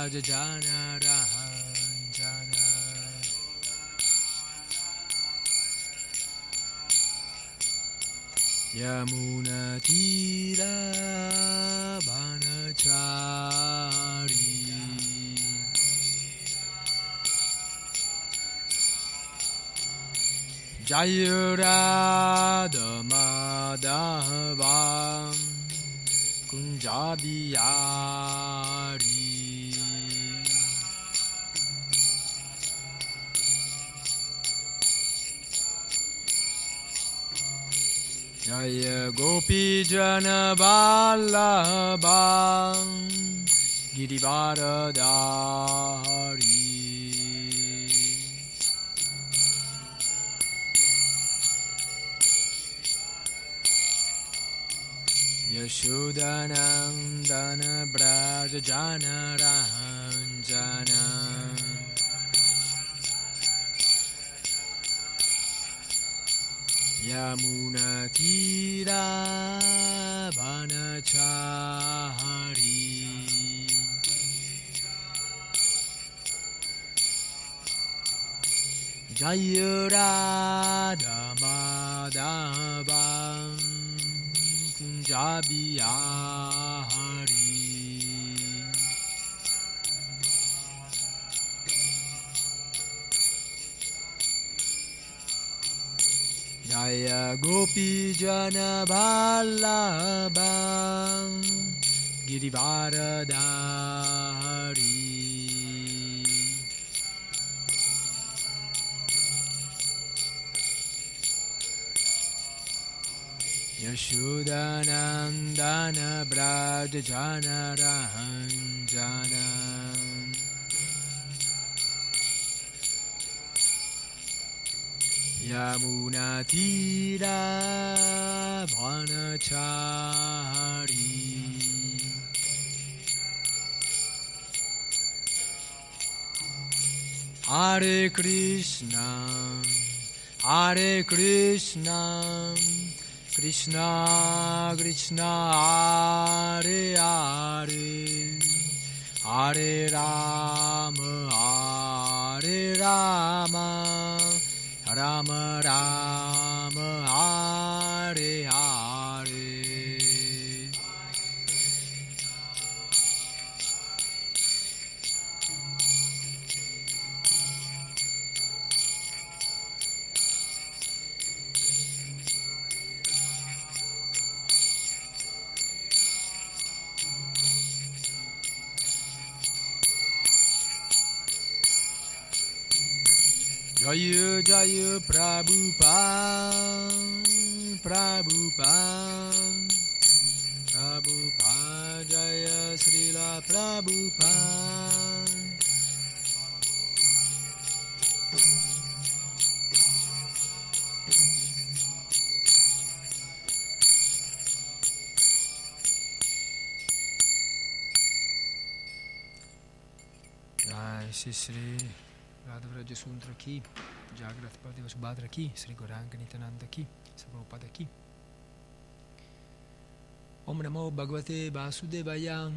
Braja Jana Ranjana Yamuna Tira Banachari Jayurada Madhavam Kunjabiyari Jaya Gopi Jana Vallabham Girivaradari Yashodanandana Braja Jana Ranjana Yamuna Tira Banachari Jayurada Madhavam Kunjabiyari Jaya Gopi Jana Vallabham Girivaradari Yashodanandana Braja Jana Ranjana Yamuna Tira Banachari Hare Krishna Hare Krishna Krishna Krishna Hare Hare Hare Rama Hare Rama Rama Rama Hare Hare Jaya Jaya Prabhupada Prabhupada Prabhupada Jaya Srila Prabhupada Jai Sri Radhavraja Sundra Ki, Jagrath Bhadeva Subhadra Ki, Sri Gauranga Nityananda Ki, Prabhupada Ki. Om Namo Bhagavate Vasudevaya.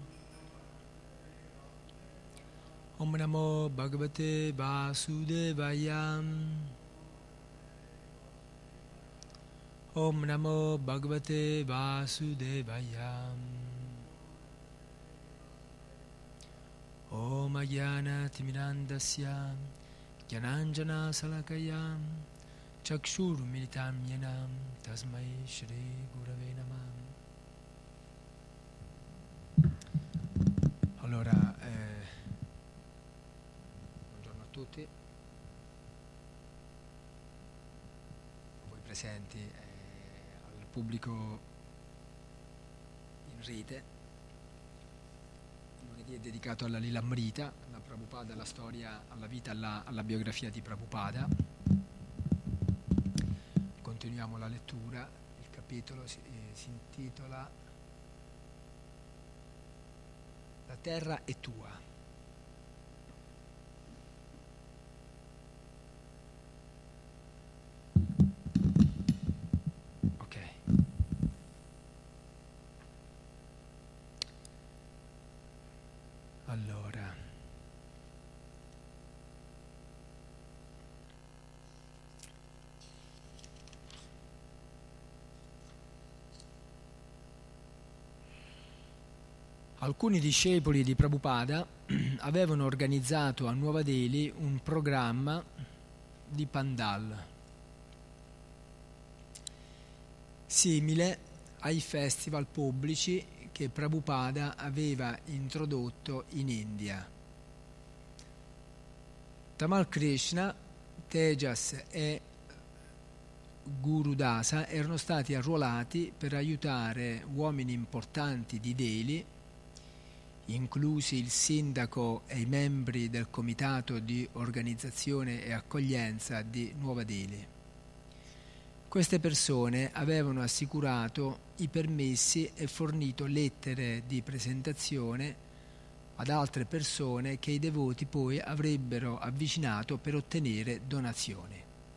Om Namo Bhagavate Vasudevaya. Om Namo Bhagavate Vasudevaya. Om Ajnana Timirandasya Gyananjana Salakaya Chakshur Militam Yenam Tasmai Shri Gurave Namah. Allora, buongiorno a tutti, a voi presenti, al pubblico in rete. Lunedì è dedicato alla Lilamrita, alla Prabhupada, alla storia, alla vita, alla biografia di Prabhupada. Continuiamo la lettura, il capitolo si intitola La terra è tua. Ok. Allora, Alcuni discepoli di Prabhupada avevano organizzato a Nuova Delhi un programma di pandal simile ai festival pubblici che Prabhupada aveva introdotto in India. Tamal Krishna, Tejas e Gurudasa erano stati arruolati per aiutare uomini importanti di Delhi, inclusi il sindaco e i membri del comitato di organizzazione e accoglienza di Nuova Delhi. Queste persone avevano assicurato i permessi e fornito lettere di presentazione ad altre persone che i devoti poi avrebbero avvicinato per ottenere donazioni.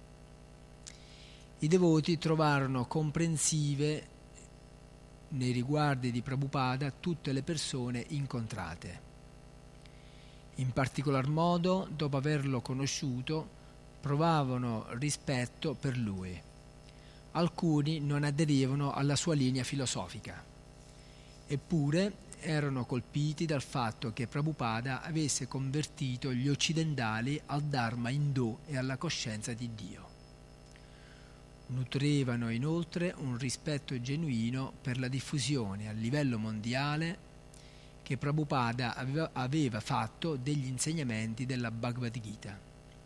I devoti trovarono comprensive nei riguardi di Prabhupada tutte le persone incontrate. In particolar modo, dopo averlo conosciuto, provavano rispetto per lui. Alcuni non aderivano alla sua linea filosofica, eppure erano colpiti dal fatto che Prabhupada avesse convertito gli occidentali al Dharma indù e alla coscienza di Dio. Nutrivano inoltre un rispetto genuino per la diffusione a livello mondiale che Prabhupada aveva fatto degli insegnamenti della Bhagavad Gita.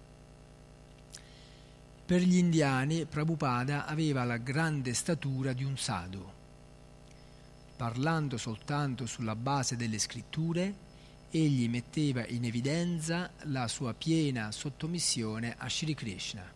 Per gli indiani Prabhupada aveva la grande statura di un sadhu. Parlando soltanto sulla base delle scritture, egli metteva in evidenza la sua piena sottomissione a Shri Krishna.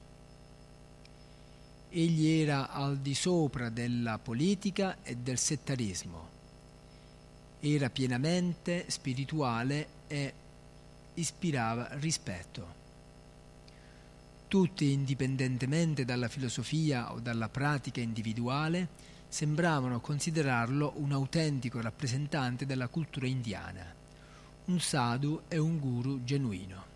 Egli era al di sopra della politica e del settarismo. Era pienamente spirituale e ispirava rispetto. Tutti, indipendentemente dalla filosofia o dalla pratica individuale, sembravano considerarlo un autentico rappresentante della cultura indiana, un sadhu e un guru genuino.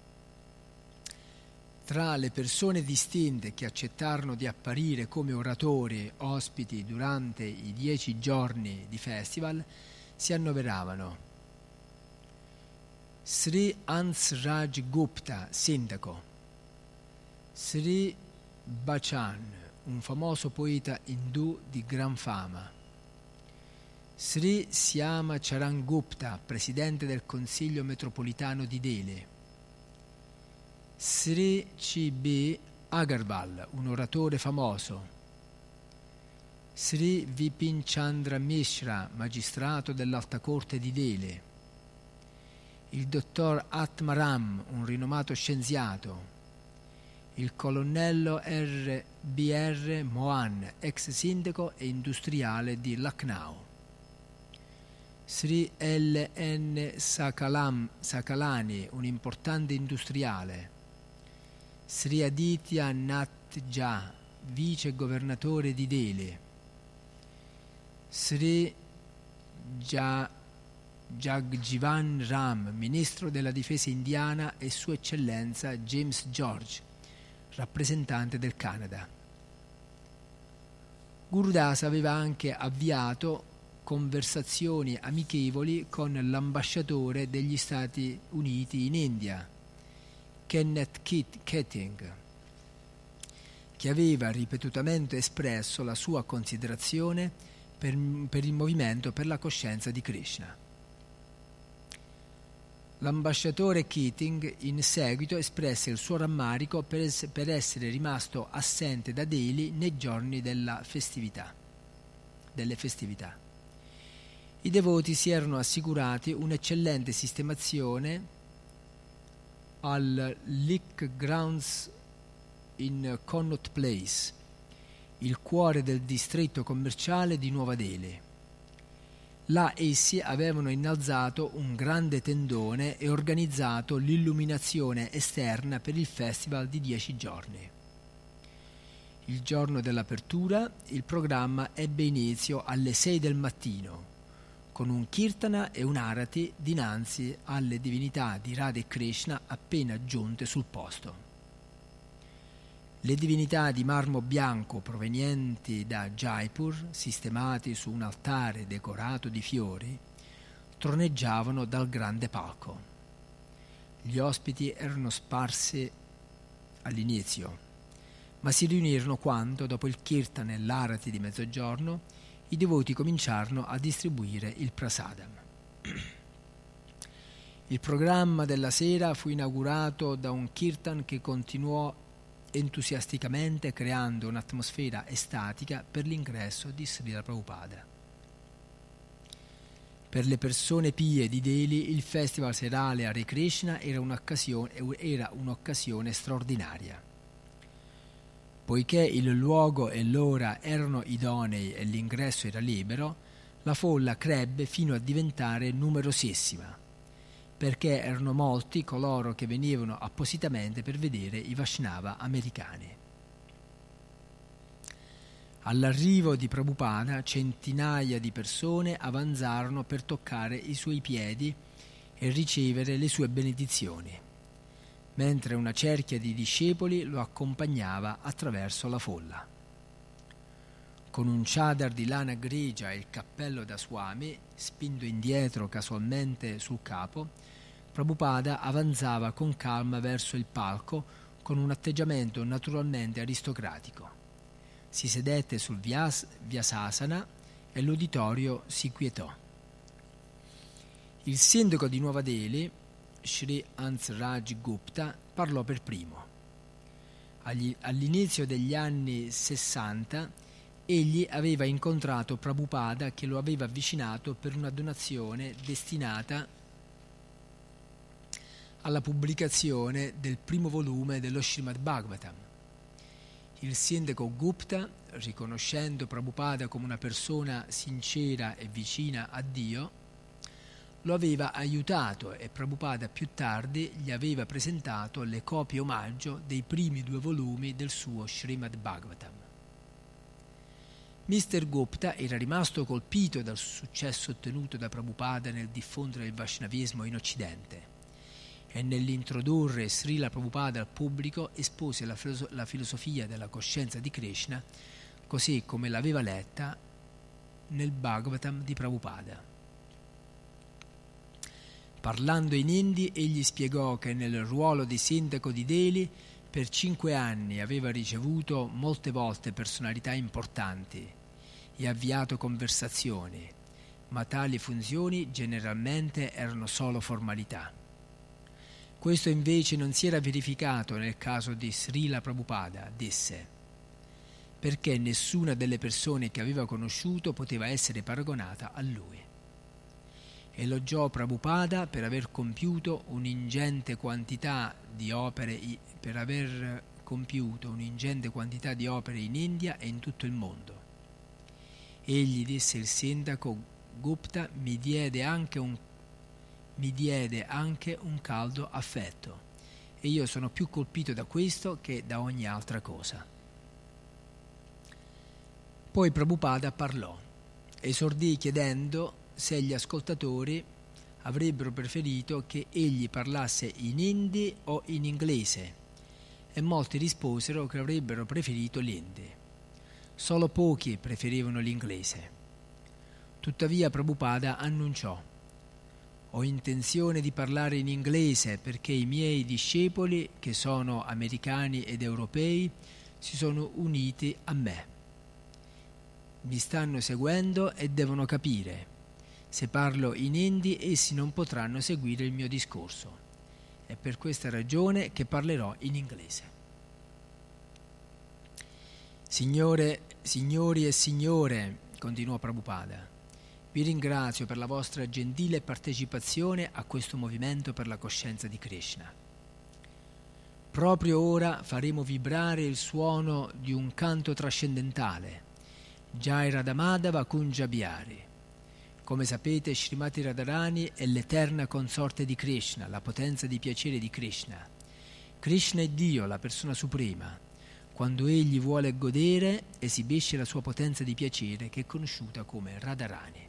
Tra le persone distinte che accettarono di apparire come oratori ospiti durante i 10 giorni di festival si annoveravano Sri Hansraj Gupta, sindaco, Sri Bachan, un famoso poeta indù di gran fama, Sri Syama Charan Gupta, presidente del Consiglio metropolitano di Delhi, Sri C.B. Agarwal, un oratore famoso, Sri Vipin Chandra Mishra, magistrato dell'Alta Corte di Delhi, il dottor Atmaram, un rinomato scienziato, il colonnello R.B.R. Mohan, ex sindaco e industriale di Lucknow, Sri L.N. Sakalani, un importante industriale, Sri Aditya Nath Jha, vice governatore di Delhi, Sri Jagjivan Ram, ministro della difesa indiana, e Sua Eccellenza James George, rappresentante del Canada. Gurudasa aveva anche avviato conversazioni amichevoli con l'ambasciatore degli Stati Uniti in India, Kenneth Keating, che aveva ripetutamente espresso la sua considerazione per il movimento per la coscienza di Krishna. L'ambasciatore Keating in seguito espresse il suo rammarico per essere rimasto assente da Delhi nei giorni delle festività. I devoti si erano assicurati un'eccellente sistemazione al Lick Grounds in Connaught Place, il cuore del distretto commerciale di Nuova Delhi. Là essi avevano innalzato un grande tendone e organizzato l'illuminazione esterna per il festival di 10 giorni. Il giorno dell'apertura il programma ebbe inizio alle 6 del mattino, con un kirtana e un arati dinanzi alle divinità di Radha e Krishna appena giunte sul posto. Le divinità di marmo bianco provenienti da Jaipur, sistemati su un altare decorato di fiori, troneggiavano dal grande palco. Gli ospiti erano sparsi all'inizio, ma si riunirono quando, dopo il kirtan e l'arati di mezzogiorno, i devoti cominciarono a distribuire il prasadam. Il programma della sera fu inaugurato da un kirtan che continuò entusiasticamente, creando un'atmosfera estatica per l'ingresso di Srila Prabhupada. Per le persone pie di Delhi il festival serale Hare Krishna era un'occasione straordinaria. Poiché il luogo e l'ora erano idonei e l'ingresso era libero, la folla crebbe fino a diventare numerosissima, perché erano molti coloro che venivano appositamente per vedere i Vaishnava americani. All'arrivo di Prabhupada centinaia di persone avanzarono per toccare i suoi piedi e ricevere le sue benedizioni, mentre una cerchia di discepoli lo accompagnava attraverso la folla. Con un chadar di lana grigia e il cappello da Swami spinto indietro casualmente sul capo, Prabhupada avanzava con calma verso il palco con un atteggiamento naturalmente aristocratico. Si sedette sul Vyasasana e l'uditorio si quietò. Il sindaco di Nuova Delhi, Sri Hansraj Gupta, parlò per primo. All'inizio degli anni 60 egli aveva incontrato Prabhupada, che lo aveva avvicinato per una donazione destinata alla pubblicazione del primo volume dello Srimad Bhagavatam. Il sindaco Gupta, riconoscendo Prabhupada come una persona sincera e vicina a Dio, lo aveva aiutato e Prabhupada più tardi gli aveva presentato le copie omaggio dei primi 2 volumi del suo Srimad Bhagavatam. Mr. Gupta era rimasto colpito dal successo ottenuto da Prabhupada nel diffondere il Vaishnavismo in Occidente e nell'introdurre Srila Prabhupada al pubblico espose la filosofia della coscienza di Krishna così come l'aveva letta nel Bhagavatam di Prabhupada. Parlando in hindi, egli spiegò che nel ruolo di sindaco di Delhi per 5 anni aveva ricevuto molte volte personalità importanti e avviato conversazioni, ma tali funzioni generalmente erano solo formalità. Questo invece non si era verificato nel caso di Srila Prabhupada, disse, perché nessuna delle persone che aveva conosciuto poteva essere paragonata a lui. Elogiò Prabhupada per aver compiuto un'ingente quantità di opere in India e in tutto il mondo. Egli disse: il sindaco Gupta mi diede anche un caldo affetto e io sono più colpito da questo che da ogni altra cosa. Poi Prabhupada parlò, esordì chiedendo se gli ascoltatori avrebbero preferito che egli parlasse in hindi o in inglese, e molti risposero che avrebbero preferito l'hindi. Solo pochi preferivano l'inglese. Tuttavia Prabhupada annunciò: ho intenzione di parlare in inglese perché i miei discepoli, che sono americani ed europei, si sono uniti a me. Mi stanno seguendo e devono capire. Se parlo in hindi, essi non potranno seguire il mio discorso. È per questa ragione che parlerò in inglese. Signori e signore, continuò Prabhupada, vi ringrazio per la vostra gentile partecipazione a questo movimento per la coscienza di Krishna. Proprio ora faremo vibrare il suono di un canto trascendentale, Jai Radhamadava Kunjabhyari. Come sapete, Srimati Radharani è l'eterna consorte di Krishna, la potenza di piacere di Krishna. Krishna è Dio, la persona suprema. Quando egli vuole godere, esibisce la sua potenza di piacere, che è conosciuta come Radharani.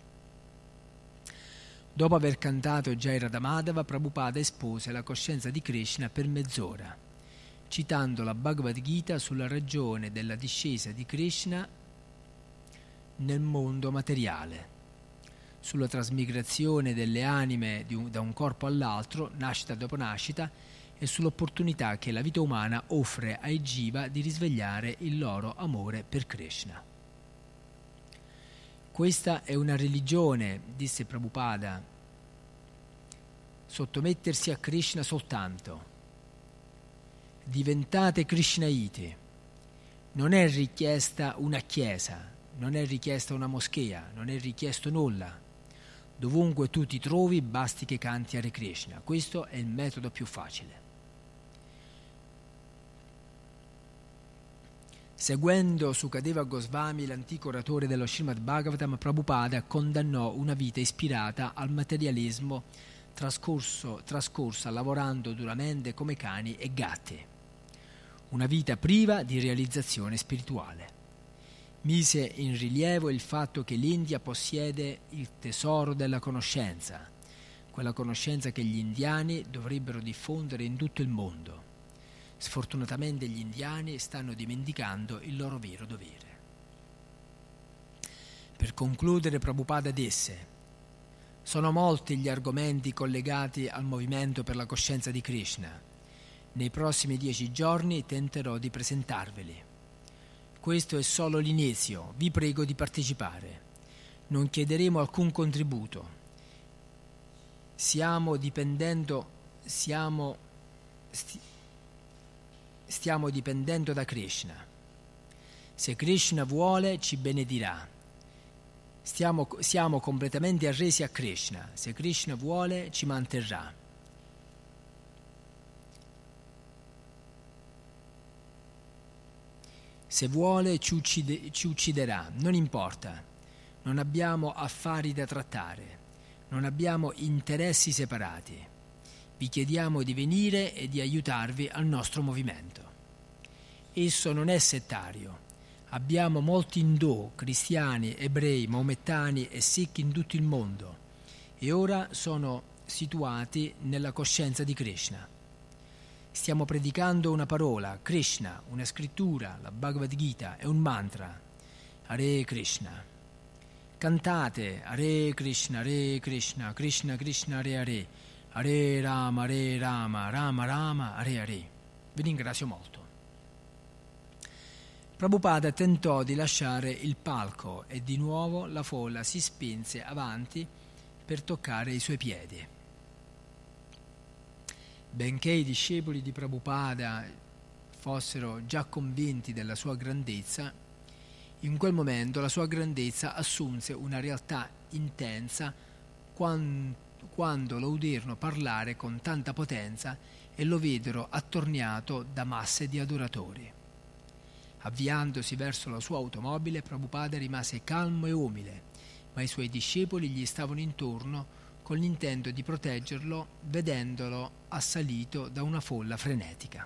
Dopo aver cantato Jai Radhamadava, Prabhupada espose la coscienza di Krishna per mezz'ora, citando la Bhagavad Gita sulla ragione della discesa di Krishna nel mondo materiale. sulla trasmigrazione delle anime da un corpo all'altro, nascita dopo nascita, e sull'opportunità che la vita umana offre ai Jiva di risvegliare il loro amore per Krishna. Questa è una religione, disse Prabhupada, sottomettersi a Krishna soltanto. Diventate Krishnaiti. Non è richiesta una chiesa, non è richiesta una moschea, non è richiesto nulla. Dovunque tu ti trovi basti che canti Hare Krishna. Questo è il metodo più facile. Seguendo Sukadeva Goswami, l'antico oratore dello Srimad Bhagavatam, Prabhupada condannò una vita ispirata al materialismo trascorsa lavorando duramente come cani e gatti, una vita priva di realizzazione spirituale. Mise in rilievo il fatto che l'India possiede il tesoro della conoscenza, quella conoscenza che gli indiani dovrebbero diffondere in tutto il mondo. Sfortunatamente gli indiani stanno dimenticando il loro vero dovere. Per concludere, Prabhupada disse: sono molti gli argomenti collegati al movimento per la coscienza di Krishna. Nei prossimi 10 giorni tenterò di presentarveli. Questo è solo l'inizio, vi prego di partecipare. Non chiederemo alcun contributo. Stiamo dipendendo da Krishna. Se Krishna vuole, ci benedirà. Siamo completamente arresi a Krishna. Se Krishna vuole, ci manterrà. Se vuole, ci ucciderà. Non importa. Non abbiamo affari da trattare. Non abbiamo interessi separati. Vi chiediamo di venire e di aiutarvi al nostro movimento. Esso non è settario. Abbiamo molti indù, cristiani, ebrei, maomettani e sikh in tutto il mondo e ora sono situati nella coscienza di Krishna. Stiamo predicando una parola, Krishna, una scrittura, la Bhagavad Gita e un mantra, Hare Krishna. Cantate Hare Krishna, Krishna Krishna, Hare Hare, Hare Rama, Rama Rama, Hare Hare. Vi ringrazio molto. Prabhupada tentò di lasciare il palco e di nuovo la folla si spinse avanti per toccare i suoi piedi. Benché i discepoli di Prabhupada fossero già convinti della sua grandezza, in quel momento la sua grandezza assunse una realtà intensa quando lo udirono parlare con tanta potenza e lo videro attorniato da masse di adoratori. Avviandosi verso la sua automobile, Prabhupada rimase calmo e umile, ma i suoi discepoli gli stavano intorno con l'intento di proteggerlo, vedendolo assalito da una folla frenetica.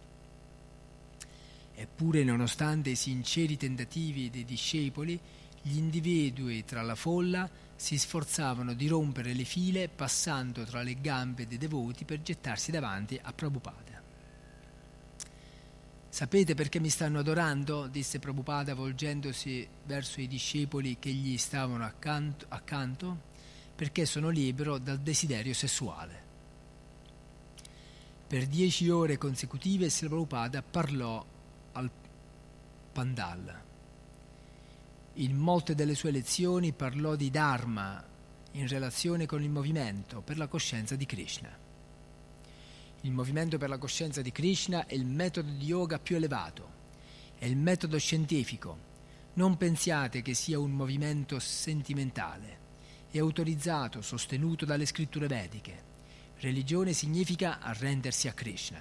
Eppure, nonostante i sinceri tentativi dei discepoli, gli individui tra la folla si sforzavano di rompere le file passando tra le gambe dei devoti per gettarsi davanti a Prabhupada. Sapete perché mi stanno adorando? Disse Prabhupada volgendosi verso i discepoli che gli stavano accanto, perché sono libero dal desiderio sessuale. Per 10 ore consecutive Srila Prabhupada parlò al Pandal. In molte delle sue lezioni parlò di Dharma in relazione con il movimento per la coscienza di Krishna. Il movimento per la coscienza di Krishna è il metodo di yoga più elevato, è il metodo scientifico. Non pensiate che sia un movimento sentimentale. È autorizzato, sostenuto dalle scritture vediche. Religione significa arrendersi a Krishna.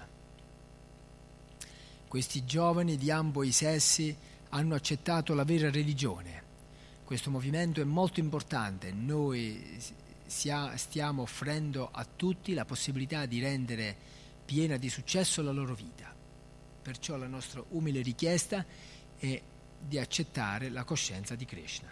Questi giovani di ambo i sessi hanno accettato la vera religione. Questo movimento è molto importante. Noi stiamo offrendo a tutti la possibilità di rendere piena di successo la loro vita. Perciò la nostra umile richiesta è di accettare la coscienza di Krishna.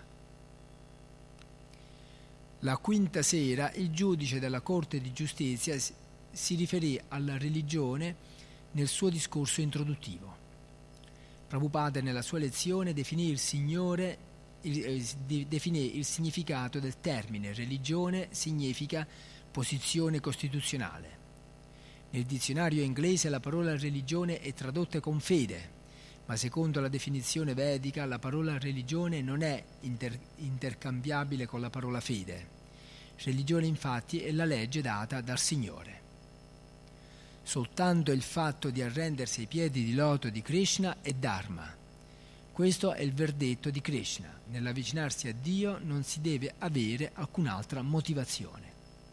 La quinta sera il giudice della Corte di Giustizia si riferì alla religione nel suo discorso introduttivo. Prabhupada nella sua lezione definì il Signore definì il significato del termine. Religione significa posizione costituzionale. Nel dizionario inglese la parola religione è tradotta con fede, ma secondo la definizione vedica la parola religione non è intercambiabile con la parola fede. Religione infatti è la legge data dal Signore. Soltanto il fatto di arrendersi ai piedi di loto di Krishna è Dharma. Questo è il verdetto di Krishna. Nell'avvicinarsi a Dio non si deve avere alcun'altra motivazione.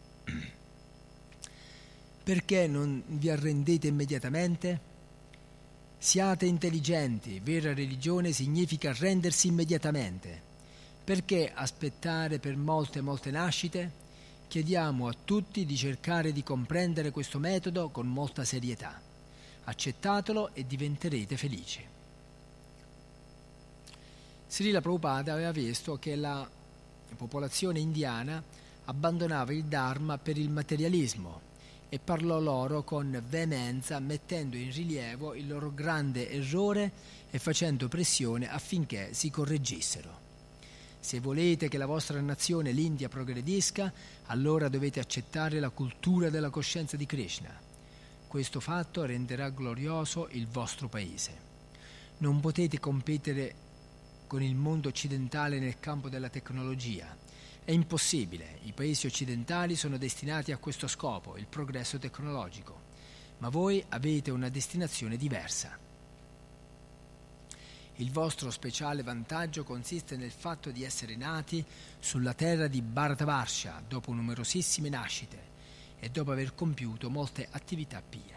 Perché non vi arrendete immediatamente? Siate intelligenti, vera religione significa arrendersi immediatamente. Perché aspettare per molte nascite? Chiediamo a tutti di cercare di comprendere questo metodo con molta serietà. Accettatelo e diventerete felici. Srila Prabhupada aveva visto che la popolazione indiana abbandonava il Dharma per il materialismo e parlò loro con veemenza, mettendo in rilievo il loro grande errore e facendo pressione affinché si correggessero. Se volete che la vostra nazione, l'India, progredisca, allora dovete accettare la cultura della coscienza di Krishna. Questo fatto renderà glorioso il vostro paese. Non potete competere con il mondo occidentale nel campo della tecnologia. È impossibile. I paesi occidentali sono destinati a questo scopo, il progresso tecnologico. Ma voi avete una destinazione diversa. Il vostro speciale vantaggio consiste nel fatto di essere nati sulla terra di Bharatavarsha dopo numerosissime nascite e dopo aver compiuto molte attività pie.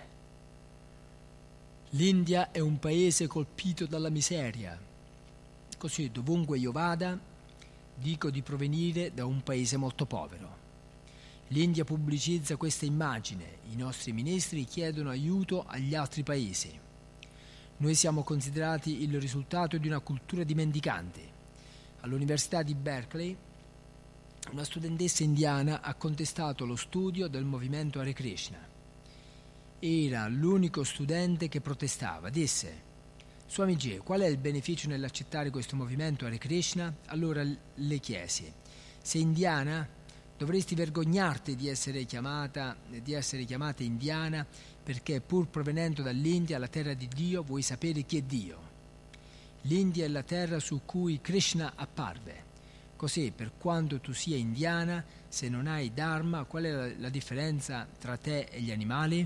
L'India è un paese colpito dalla miseria. Così dovunque io vada, dico di provenire da un paese molto povero. L'India pubblicizza questa immagine, i nostri ministri chiedono aiuto agli altri paesi. Noi siamo considerati il risultato di una cultura di mendicanti. All'Università di Berkeley, una studentessa indiana ha contestato lo studio del movimento Hare Krishna. Era l'unico studente che protestava. Disse: Swamiji, qual è il beneficio nell'accettare questo movimento Hare Krishna? Allora le chiesi: sei indiana? Dovresti vergognarti di essere chiamata indiana, perché pur provenendo dall'India, la terra di Dio, vuoi sapere chi è Dio. L'India è la terra su cui Krishna apparve. Così, per quanto tu sia indiana, se non hai Dharma, qual è la differenza tra te e gli animali?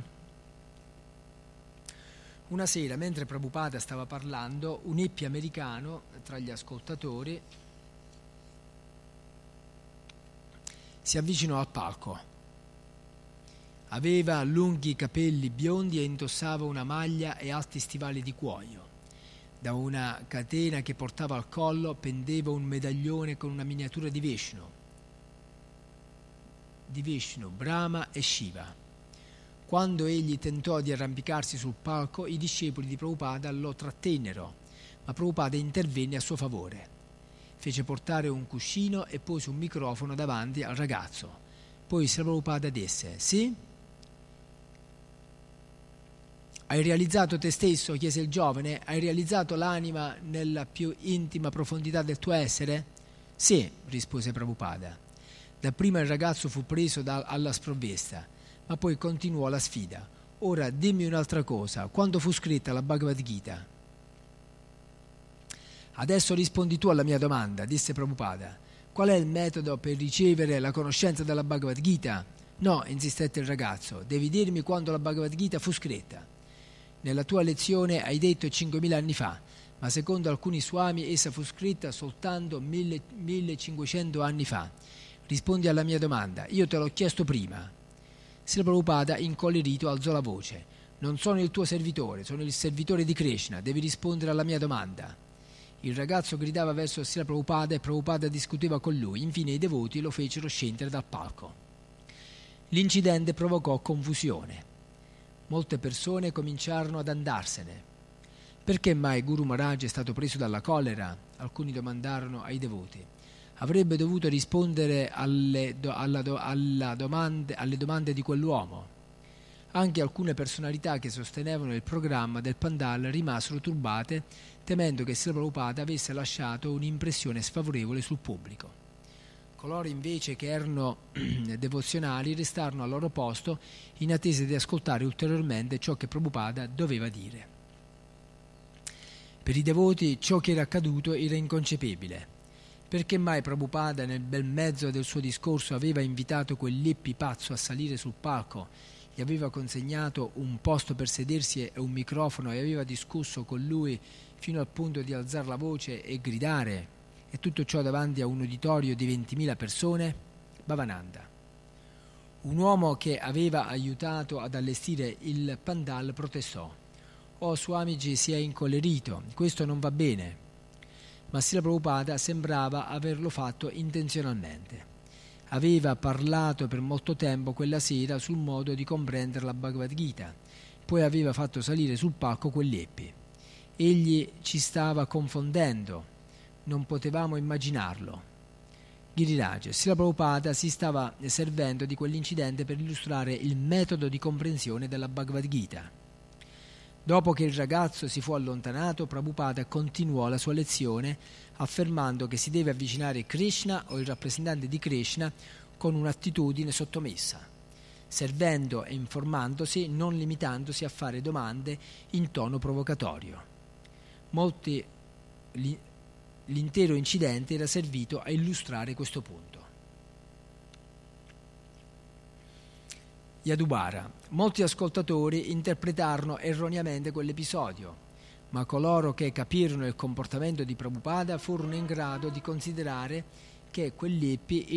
Una sera, mentre Prabhupada stava parlando, un hippie americano tra gli ascoltatori si avvicinò al palco. Aveva lunghi capelli biondi e indossava una maglia e alti stivali di cuoio. Da una catena che portava al collo pendeva un medaglione con una miniatura di Vishnu, Brahma e Shiva. Quando egli tentò di arrampicarsi sul palco, i discepoli di Prabhupada lo trattennero, ma Prabhupada intervenne a suo favore. Fece portare un cuscino e pose un microfono davanti al ragazzo. Poi Srila Prabhupada disse: sì? Hai realizzato te stesso? Chiese il giovane. Hai realizzato l'anima nella più intima profondità del tuo essere? Sì, rispose Prabhupada. Dapprima il ragazzo fu preso alla sprovvista, ma poi continuò la sfida. Ora dimmi un'altra cosa, quando fu scritta la Bhagavad Gita? Adesso rispondi tu alla mia domanda, disse Prabhupada. Qual è il metodo per ricevere la conoscenza della Bhagavad Gita? No, insistette il ragazzo, devi dirmi quando la Bhagavad Gita fu scritta. Nella tua lezione hai detto 5.000 anni fa, ma secondo alcuni swami essa fu scritta soltanto 1.500 anni fa. Rispondi alla mia domanda, io te l'ho chiesto prima. Srila Prabhupada, incollerito, alzò la voce. Non sono il tuo servitore, sono il servitore di Krishna, devi rispondere alla mia domanda. Il ragazzo gridava verso Srila Prabhupada e Prabhupada discuteva con lui. Infine i devoti lo fecero scendere dal palco. L'incidente provocò confusione. Molte persone cominciarono ad andarsene. Perché mai Guru Maharaj è stato preso dalla collera? Alcuni domandarono ai devoti. Avrebbe dovuto rispondere alle domande di quell'uomo. Anche alcune personalità che sostenevano il programma del Pandal rimasero turbate, temendo che Srila Prabhupada avesse lasciato un'impressione sfavorevole sul pubblico. Coloro invece che erano devozionali restarono al loro posto in attesa di ascoltare ulteriormente ciò che Prabhupada doveva dire. Per i devoti ciò che era accaduto era inconcepibile. Perché mai Prabhupada nel bel mezzo del suo discorso aveva invitato quell'hippie pazzo a salire sul palco, gli aveva consegnato un posto per sedersi e un microfono e aveva discusso con lui fino al punto di alzare la voce e gridare, e tutto ciò davanti a un uditorio di 20.000 persone? Bhavananda, un uomo che aveva aiutato ad allestire il pandal, protestò: «Oh Swamiji si è incollerito, questo non va bene». Ma Srila Prabhupada sembrava averlo fatto intenzionalmente. Aveva parlato per molto tempo quella sera sul modo di comprendere la Bhagavad Gita, poi aveva fatto salire sul palco quell'hippie. Egli ci stava confondendo, non potevamo immaginarlo. Giriraj, Srila Prabhupada si stava servendo di quell'incidente per illustrare il metodo di comprensione della Bhagavad Gita. Dopo che il ragazzo si fu allontanato, Prabhupada continuò la sua lezione affermando che si deve avvicinare Krishna o il rappresentante di Krishna con un'attitudine sottomessa, servendo e informandosi, non limitandosi a fare domande in tono provocatorio. L'intero incidente era servito a illustrare questo punto. Yadubara. Molti ascoltatori interpretarono erroneamente quell'episodio, ma coloro che capirono il comportamento di Prabhupada furono in grado di considerare che quell'hippie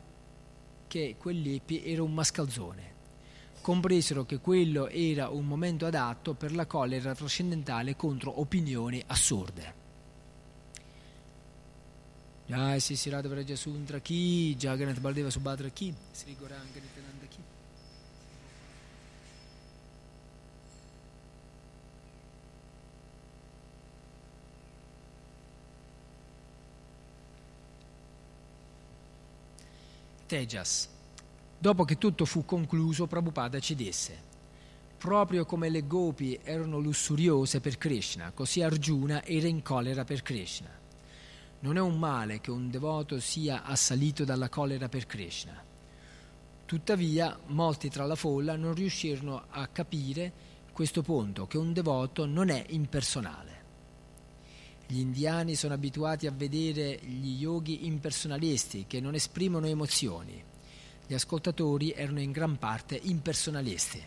era un mascalzone. Compresero che quello era un momento adatto per la collera trascendentale contro opinioni assurde. Jai Sri Radha Vraja Sundra Ki, Jagannath Baldeva Subhadra Ki, Sri Gauranga Nityananda Ki. Tejas. Dopo che tutto fu concluso, Prabhupada ci disse: proprio come le gopi erano lussuriose per Krishna, così Arjuna era in collera per Krishna. Non è un male che un devoto sia assalito dalla collera per Krishna. Tuttavia, molti tra la folla non riuscirono a capire questo punto, che un devoto non è impersonale. Gli indiani sono abituati a vedere gli yogi impersonalisti che non esprimono emozioni. Gli ascoltatori erano in gran parte impersonalisti.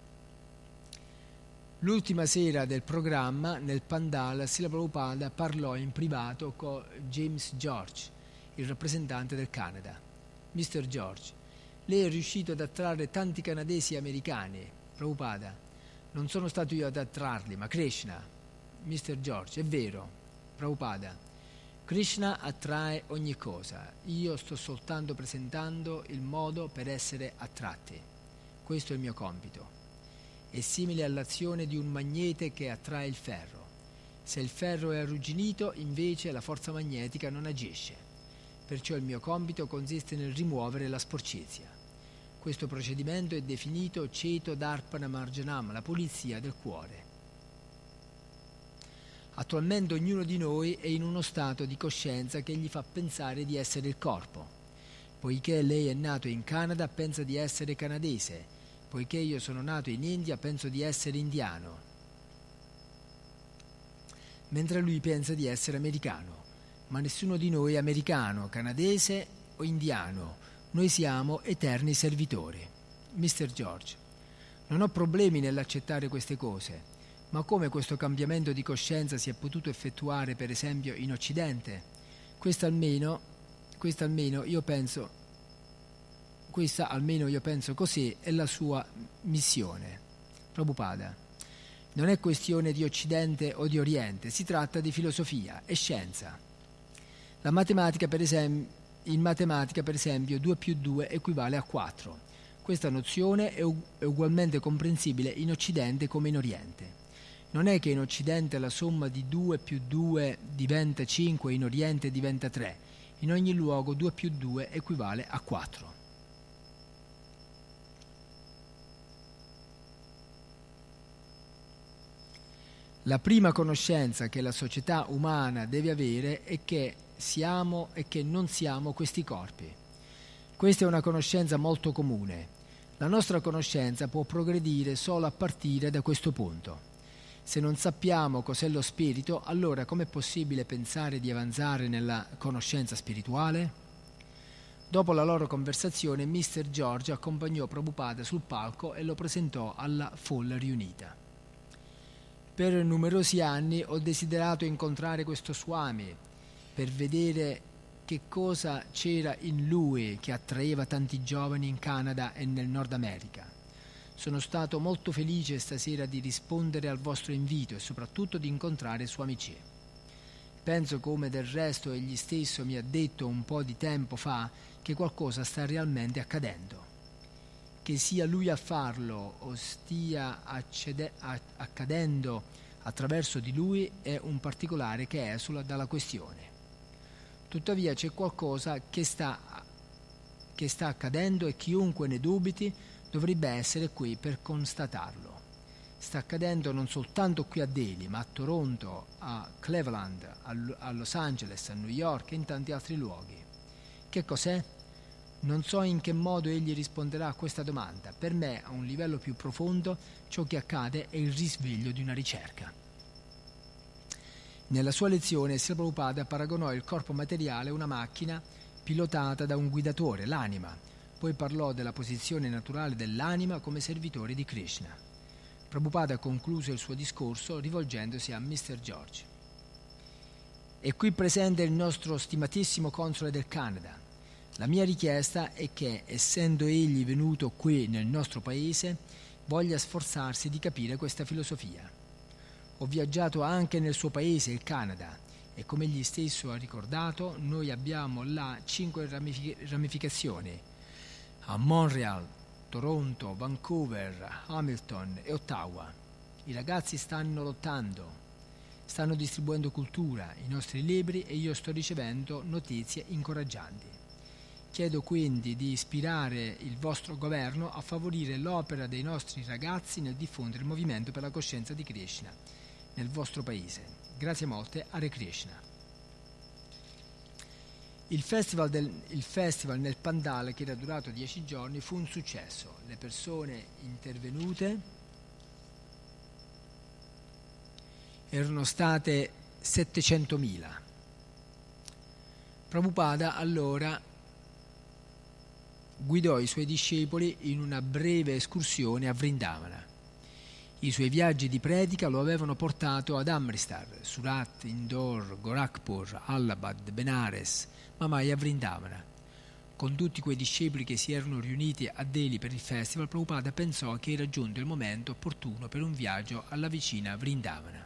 L'ultima sera del programma, nel Pandal, Srila Prabhupada parlò in privato con James George, il rappresentante del Canada. Mr. George, lei è riuscito ad attrarre tanti canadesi e americani. Prabhupada, non sono stato io ad attrarli, ma Krishna. Mr. George, è vero. Prabhupada, Krishna attrae ogni cosa, io sto soltanto presentando il modo per essere attratti. Questo è il mio compito. È simile all'azione di un magnete che attrae il ferro. Se il ferro è arrugginito, invece la forza magnetica non agisce. Perciò il mio compito consiste nel rimuovere la sporcizia. Questo procedimento è definito Ceto Darpana Marjanam, la pulizia del cuore. Attualmente ognuno di noi è in uno stato di coscienza che gli fa pensare di essere il corpo. Poiché lei è nato in Canada, pensa di essere canadese. Poiché io sono nato in India, penso di essere indiano. Mentre lui pensa di essere americano. Ma nessuno di noi è americano, canadese o indiano. Noi siamo eterni servitori. Mr. George, non ho problemi nell'accettare queste cose. Ma come questo cambiamento di coscienza si è potuto effettuare, per esempio, in Occidente? Questa almeno io penso così è la sua missione. Prabhupada, non è questione di Occidente o di Oriente, si tratta di filosofia e scienza. In matematica, per esempio, 2 più 2 equivale a 4. Questa nozione è ugualmente comprensibile in Occidente come in Oriente. Non è che in Occidente la somma di 2 più 2 diventa 5 e in Oriente diventa 3. In ogni luogo 2 più 2 equivale a 4. La prima conoscenza che la società umana deve avere è che siamo e che non siamo questi corpi. Questa è una conoscenza molto comune. La nostra conoscenza può progredire solo a partire da questo punto. Se non sappiamo cos'è lo spirito, allora com'è possibile pensare di avanzare nella conoscenza spirituale? Dopo la loro conversazione, Mr. George accompagnò Prabhupada sul palco e lo presentò alla folla riunita. Per numerosi anni ho desiderato incontrare questo Swami per vedere che cosa c'era in lui che attraeva tanti giovani in Canada e nel Nord America. Sono stato molto felice stasera di rispondere al vostro invito e soprattutto di incontrare Swami Chi. Penso, come del resto egli stesso mi ha detto un po' di tempo fa, che qualcosa sta realmente accadendo. Che sia lui a farlo o stia accadendo attraverso di lui è un particolare che esula dalla questione. Tuttavia c'è qualcosa che sta accadendo e chiunque ne dubiti dovrebbe essere qui per constatarlo. Sta accadendo non soltanto qui a Delhi, ma a Toronto, a Cleveland, a Los Angeles, a New York e in tanti altri luoghi. Che cos'è? Non so in che modo egli risponderà a questa domanda. Per me, a un livello più profondo, ciò che accade è il risveglio di una ricerca. Nella sua lezione, Srila Prabhupada paragonò il corpo materiale a una macchina pilotata da un guidatore, l'anima. Poi parlò della posizione naturale dell'anima come servitore di Krishna. Prabhupada concluse il suo discorso rivolgendosi a Mr. George. È qui presente il nostro stimatissimo console del Canada. La mia richiesta è che, essendo egli venuto qui nel nostro paese, voglia sforzarsi di capire questa filosofia. Ho viaggiato anche nel suo paese, il Canada, e come egli stesso ha ricordato, noi abbiamo là 5 ramificazioni: a Montreal, Toronto, Vancouver, Hamilton e Ottawa. I ragazzi stanno lottando, stanno distribuendo cultura, i nostri libri, e io sto ricevendo notizie incoraggianti. Chiedo quindi di ispirare il vostro governo a favorire l'opera dei nostri ragazzi nel diffondere il movimento per la coscienza di Krishna nel vostro paese. Grazie molte, Hare Krishna. Il festival nel Pandal, che era durato 10 giorni, fu un successo. Le persone intervenute erano state 700.000. Prabhupada allora guidò i suoi discepoli in una breve escursione a Vrindavana. I suoi viaggi di predica lo avevano portato ad Amritsar, Surat, Indore, Gorakhpur, Allahabad, Benares, ma mai a Vrindavana. Con tutti quei discepoli che si erano riuniti a Delhi per il festival, Prabhupada pensò che era giunto il momento opportuno per un viaggio alla vicina Vrindavana.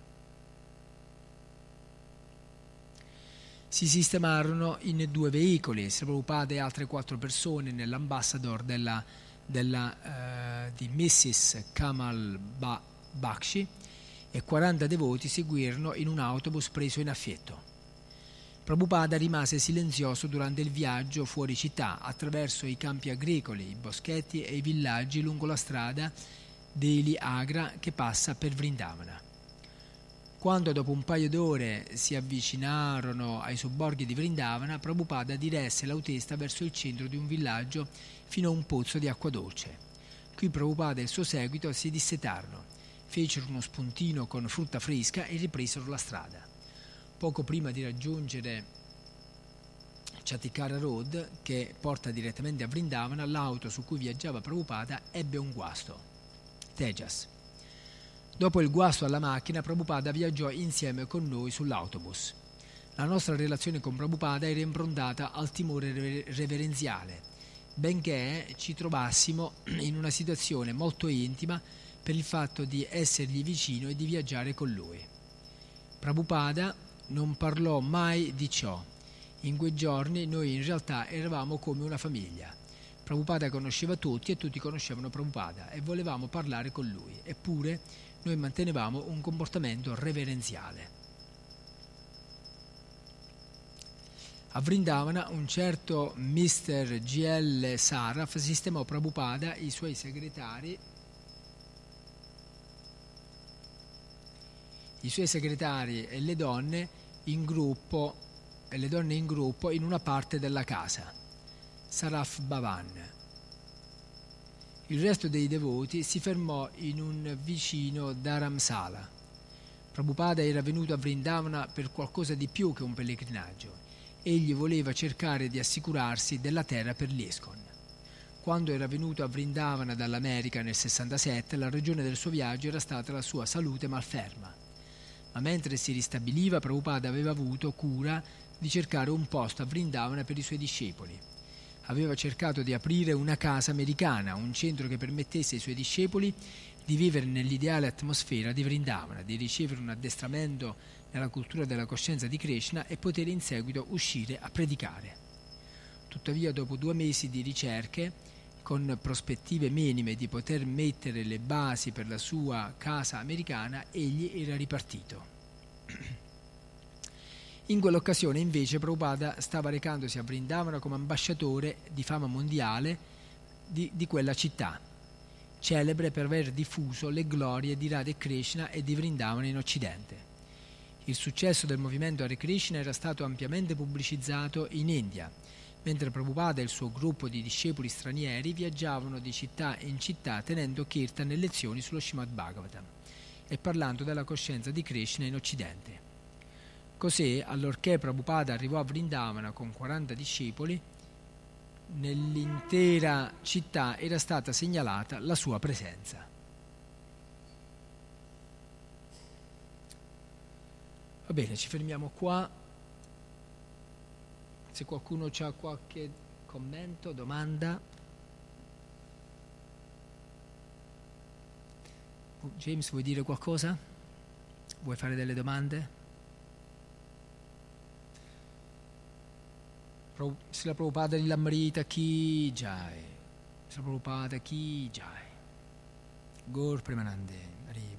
Si sistemarono in 2 veicoli, Srila Prabhupada e altre 4 persone nell'ambassador di Mrs. Kamal Bakshi, e 40 devoti seguirono in un autobus preso in affitto. Prabhupada rimase silenzioso durante il viaggio fuori città, attraverso i campi agricoli, i boschetti e i villaggi lungo la strada Delhi-Agra che passa per Vrindavana. Quando dopo un paio d'ore si avvicinarono ai sobborghi di Vrindavana, Prabhupada diresse l'autista verso il centro di un villaggio fino a un pozzo di acqua dolce. Qui Prabhupada e il suo seguito si dissetarono, fecero uno spuntino con frutta fresca e ripresero la strada. Poco prima di raggiungere Chatikara Road, che porta direttamente a Vrindavana, l'auto su cui viaggiava Prabhupada ebbe un guasto, Tejas. Dopo il guasto alla macchina, Prabhupada viaggiò insieme con noi sull'autobus. La nostra relazione con Prabhupada era improntata al timore reverenziale, benché ci trovassimo in una situazione molto intima per il fatto di essergli vicino e di viaggiare con lui. Prabhupada non parlò mai di ciò. In quei giorni noi in realtà eravamo come una famiglia. Prabhupada conosceva tutti e tutti conoscevano Prabhupada e volevamo parlare con lui, eppure noi mantenevamo un comportamento reverenziale. A Vrindavana un certo Mr. G.L. Saraf sistemò Prabhupada, i suoi segretari i suoi segretari e le donne in gruppo in una parte della casa, Saraf Bhavan. Il resto dei devoti si fermò in un vicino Dharamsala. Prabhupada era venuto a Vrindavana per qualcosa di più che un pellegrinaggio. Egli voleva cercare di assicurarsi della terra per l'ISKCON. Quando era venuto a Vrindavana dall'America nel 67, la ragione del suo viaggio era stata la sua salute malferma. Ma mentre si ristabiliva, Prabhupada aveva avuto cura di cercare un posto a Vrindavana per i suoi discepoli. Aveva cercato di aprire una casa americana, un centro che permettesse ai suoi discepoli di vivere nell'ideale atmosfera di Vrindavana, di ricevere un addestramento nella cultura della coscienza di Krishna e poter in seguito uscire a predicare. Tuttavia, dopo 2 mesi di ricerche, con prospettive minime di poter mettere le basi per la sua casa americana, egli era ripartito. In quell'occasione, invece, Prabhupada stava recandosi a Vrindavana come ambasciatore di fama mondiale di quella città, celebre per aver diffuso le glorie di Radha Krishna e di Vrindavana in Occidente. Il successo del movimento Hare Krishna era stato ampiamente pubblicizzato in India, mentre Prabhupada e il suo gruppo di discepoli stranieri viaggiavano di città in città tenendo kirtan e lezioni sullo Srimad Bhagavatam e parlando della coscienza di Krishna in Occidente. Così, allorché Prabhupada arrivò a Vrindavana con 40 discepoli, nell'intera città era stata segnalata la sua presenza. Va bene, ci fermiamo qua. Se qualcuno ha qualche commento, domanda. James, vuoi dire qualcosa? Vuoi fare delle domande? Srila Prabhupada Lilamrita Ki Jai. Srila Prabhupada Ki Jai. Gaur Premanande.